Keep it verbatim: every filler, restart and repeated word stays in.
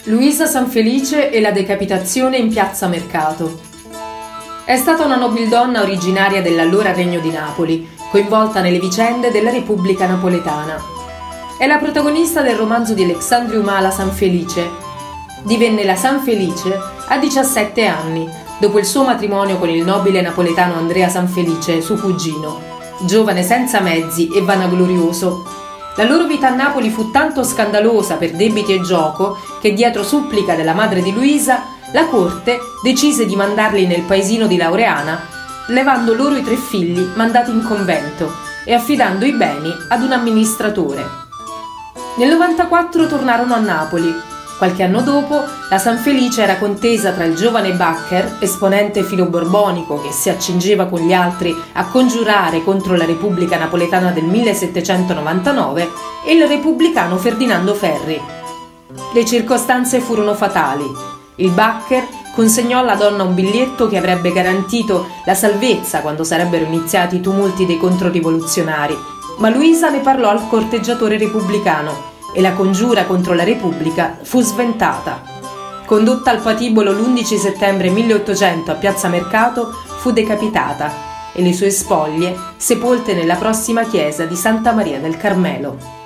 Luisa Sanfelice e la decapitazione in piazza Mercato. È stata una nobildonna originaria dell'allora Regno di Napoli, coinvolta nelle vicende della Repubblica Napoletana. È la protagonista del romanzo di Alexandriu Mala Sanfelice. Divenne la Sanfelice a diciassette anni, dopo il suo matrimonio con il nobile napoletano Andrea Sanfelice, suo cugino, giovane senza mezzi e vanaglorioso. La loro vita a Napoli fu tanto scandalosa per debiti e gioco che, dietro supplica della madre di Luisa, la corte decise di mandarli nel paesino di Laureana, levando loro i tre figli mandati in convento e affidando i beni ad un amministratore. Nel novantaquattro tornarono a Napoli. Qualche anno dopo, la Sanfelice era contesa tra il giovane Baccher, esponente filoborbonico che si accingeva con gli altri a congiurare contro la Repubblica Napoletana del millesettecentonovantanove, e il repubblicano Ferdinando Ferri. Le circostanze furono fatali. Il Baccher consegnò alla donna un biglietto che avrebbe garantito la salvezza quando sarebbero iniziati i tumulti dei controrivoluzionari, ma Luisa ne parlò al corteggiatore repubblicano e la congiura contro la Repubblica fu sventata. Condotta al patibolo l'undici settembre milleottocento a piazza Mercato, fu decapitata e le sue spoglie sepolte nella prossima chiesa di Santa Maria del Carmelo.